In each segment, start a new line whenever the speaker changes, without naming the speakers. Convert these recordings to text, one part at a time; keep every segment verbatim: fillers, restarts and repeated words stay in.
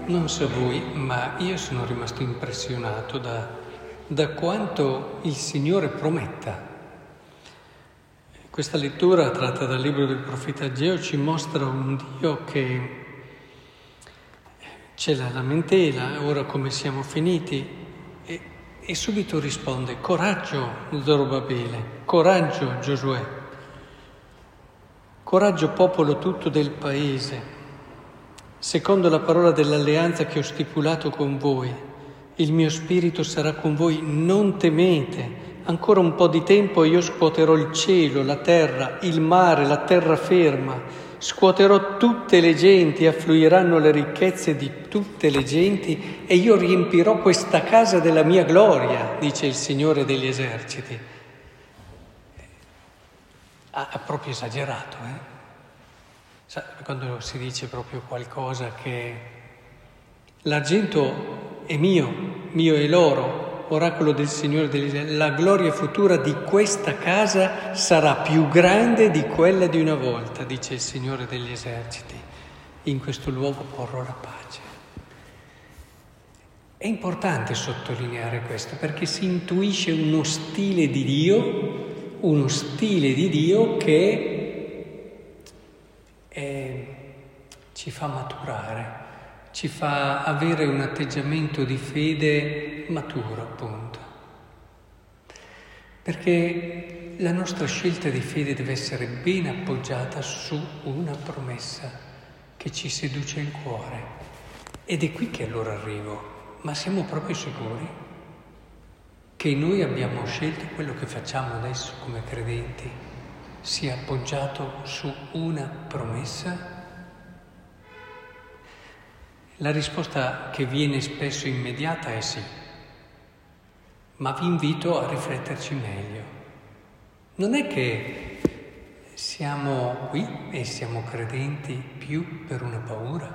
Non so voi, ma io sono rimasto impressionato da, da quanto il Signore prometta. Questa lettura tratta dal libro del profeta Ageo ci mostra un Dio che c'è la lamentela, ora come siamo finiti, e, e subito risponde: coraggio Zorobabele, coraggio Giosuè, coraggio popolo tutto del paese. Secondo la parola dell'alleanza che ho stipulato con voi, il mio spirito sarà con voi, non temete. Ancora un po' di tempo e io scuoterò il cielo, la terra, il mare, la terraferma. Scuoterò tutte le genti, affluiranno le ricchezze di tutte le genti e io riempirò questa casa della mia gloria, dice il Signore degli eserciti. Ha, ha proprio esagerato, eh? Quando si dice proprio qualcosa che l'argento è mio, mio è l'oro, oracolo del Signore degli eserciti, la gloria futura di questa casa sarà più grande di quella di una volta, dice il Signore degli eserciti. In questo luogo porrò la pace. È importante sottolineare questo perché si intuisce uno stile di Dio, uno stile di Dio che E ci fa maturare, ci fa avere un atteggiamento di fede maturo, appunto. Perché la nostra scelta di fede deve essere ben appoggiata su una promessa che ci seduce il cuore. Ed è qui che allora arrivo. Ma siamo proprio sicuri che noi abbiamo scelto quello che facciamo adesso come credenti sia appoggiato su una promessa? La risposta che viene spesso immediata è sì, ma vi invito a rifletterci meglio. Non è che siamo qui e siamo credenti più per una paura,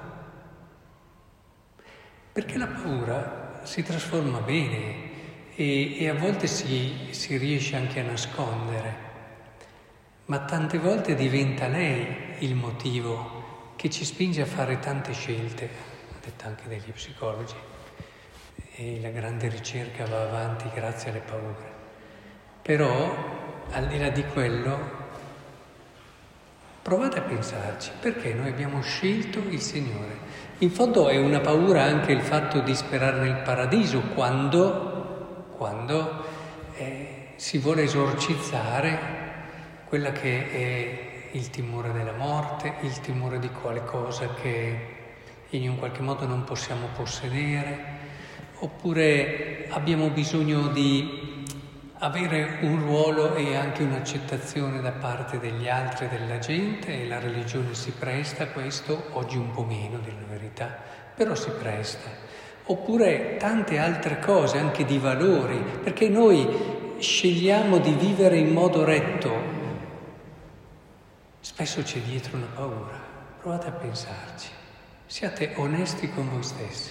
perché la paura si trasforma bene e, e a volte si, si riesce anche a nascondere. Ma tante volte diventa lei il motivo che ci spinge a fare tante scelte, detto anche dagli psicologi, e la grande ricerca va avanti grazie alle paure. Però, al di là di quello, provate a pensarci, perché noi abbiamo scelto il Signore. In fondo è una paura anche il fatto di sperare nel paradiso, quando, quando eh, si vuole esorcizzare quella che è il timore della morte, il timore di qualcosa che in un qualche modo non possiamo possedere, oppure abbiamo bisogno di avere un ruolo e anche un'accettazione da parte degli altri, della gente, e la religione si presta a questo, oggi un po' meno, dire la verità, però si presta. Oppure tante altre cose, anche di valori, perché noi scegliamo di vivere in modo retto. Spesso c'è dietro una paura, provate a pensarci, siate onesti con voi stessi.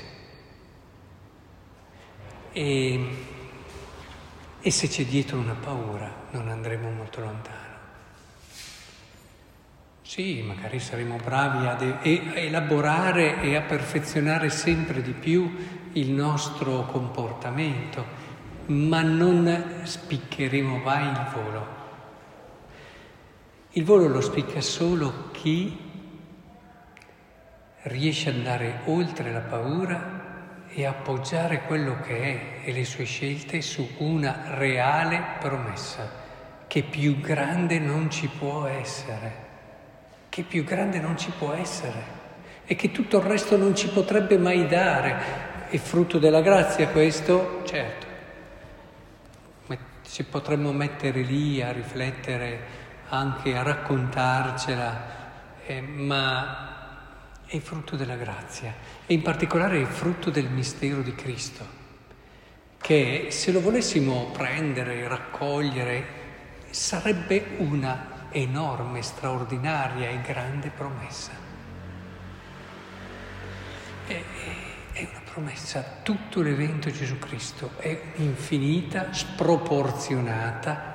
E, e se c'è dietro una paura non andremo molto lontano. Sì, magari saremo bravi ad e- a elaborare e a perfezionare sempre di più il nostro comportamento, ma non spiccheremo mai il volo. Il volo lo spicca solo chi riesce ad andare oltre la paura e appoggiare quello che è e le sue scelte su una reale promessa, che più grande non ci può essere, che più grande non ci può essere e che tutto il resto non ci potrebbe mai dare. È frutto della grazia questo? Certo. Ci potremmo mettere lì a riflettere, anche a raccontarcela, eh, ma è il frutto della grazia e in particolare è il frutto del mistero di Cristo, che se lo volessimo prendere, raccogliere, sarebbe una enorme, straordinaria e grande promessa. È, è una promessa, tutto l'evento Gesù Cristo è un'infinita, sproporzionata,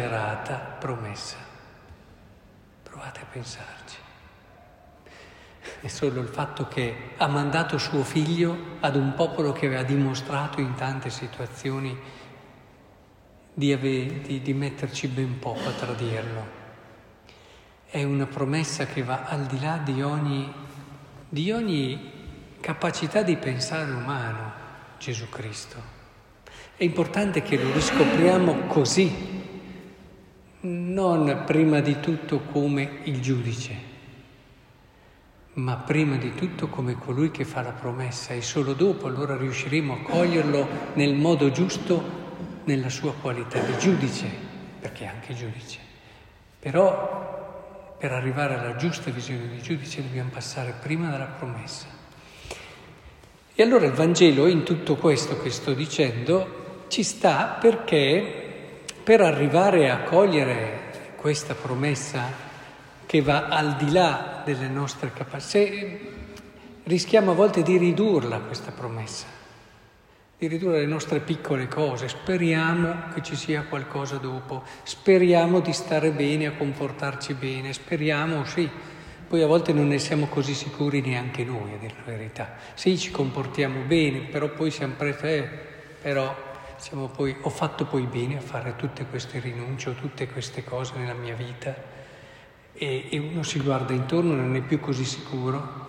esagerata promessa. Provate a pensarci. è solo il fatto che ha mandato suo figlio ad un popolo che aveva dimostrato in tante situazioni di, ave- di, di metterci ben poco a tradirlo. È una promessa che va al di là di ogni, di ogni capacità di pensare umano, Gesù Cristo. È importante che lo riscopriamo così, non prima di tutto come il giudice, ma prima di tutto come colui che fa la promessa, e solo dopo allora riusciremo a coglierlo nel modo giusto, nella sua qualità di giudice, perché è anche giudice. Però per arrivare alla giusta visione di giudice dobbiamo passare prima dalla promessa. E allora il Vangelo, in tutto questo che sto dicendo, ci sta perché per arrivare a cogliere questa promessa che va al di là delle nostre capacità, rischiamo a volte di ridurla questa promessa, di ridurre le nostre piccole cose. Speriamo che ci sia qualcosa dopo, speriamo di stare bene, a comportarci bene, speriamo, sì. Poi a volte non ne siamo così sicuri neanche noi, a dire la verità. Sì, ci comportiamo bene, però poi siamo presi, eh, però siamo poi, ho fatto poi bene a fare tutte queste rinunce o tutte queste cose nella mia vita, e, e uno si guarda intorno e non è più così sicuro.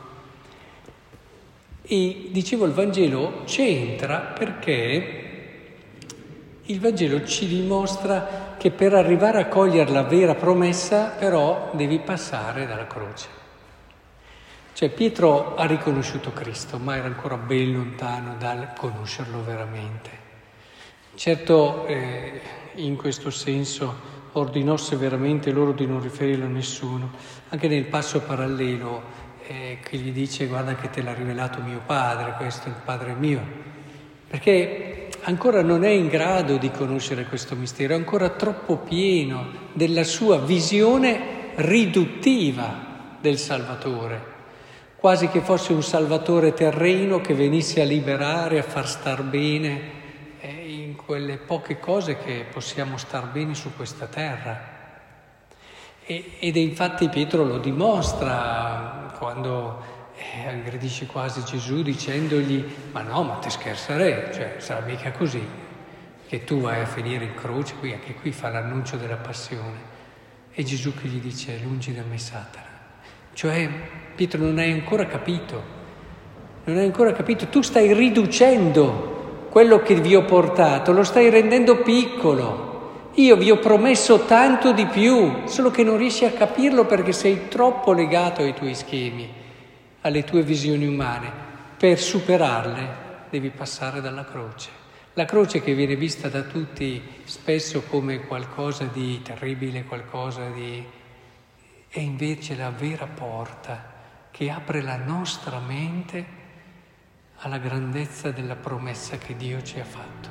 E dicevo, il Vangelo c'entra perché il Vangelo ci dimostra che per arrivare a cogliere la vera promessa però devi passare dalla croce. Cioè Pietro ha riconosciuto Cristo, ma era ancora ben lontano dal conoscerlo veramente. Certo, eh, in questo senso ordinò severamente loro di non riferirlo a nessuno, anche nel passo parallelo eh, che gli dice: guarda che te l'ha rivelato mio padre, questo è il padre mio, perché ancora non è in grado di conoscere questo mistero, è ancora troppo pieno della sua visione riduttiva del Salvatore, quasi che fosse un Salvatore terreno che venisse a liberare, a far star bene eh, in quelle poche cose che possiamo star bene su questa terra. E, ed infatti Pietro lo dimostra quando eh, aggredisce quasi Gesù dicendogli: ma no, ma te scherzerei, cioè sarà mica così che tu vai a finire in croce, qui anche qui fa l'annuncio della passione. E Gesù che gli dice: lungi da me Satana. Cioè Pietro, non hai ancora capito, non hai ancora capito, tu stai riducendo quello che vi ho portato, lo stai rendendo piccolo. Io vi ho promesso tanto di più, solo che non riesci a capirlo perché sei troppo legato ai tuoi schemi, alle tue visioni umane. Per superarle devi passare dalla croce. La croce che viene vista da tutti spesso come qualcosa di terribile, qualcosa di... è invece la vera porta che apre la nostra mente alla grandezza della promessa che Dio ci ha fatto.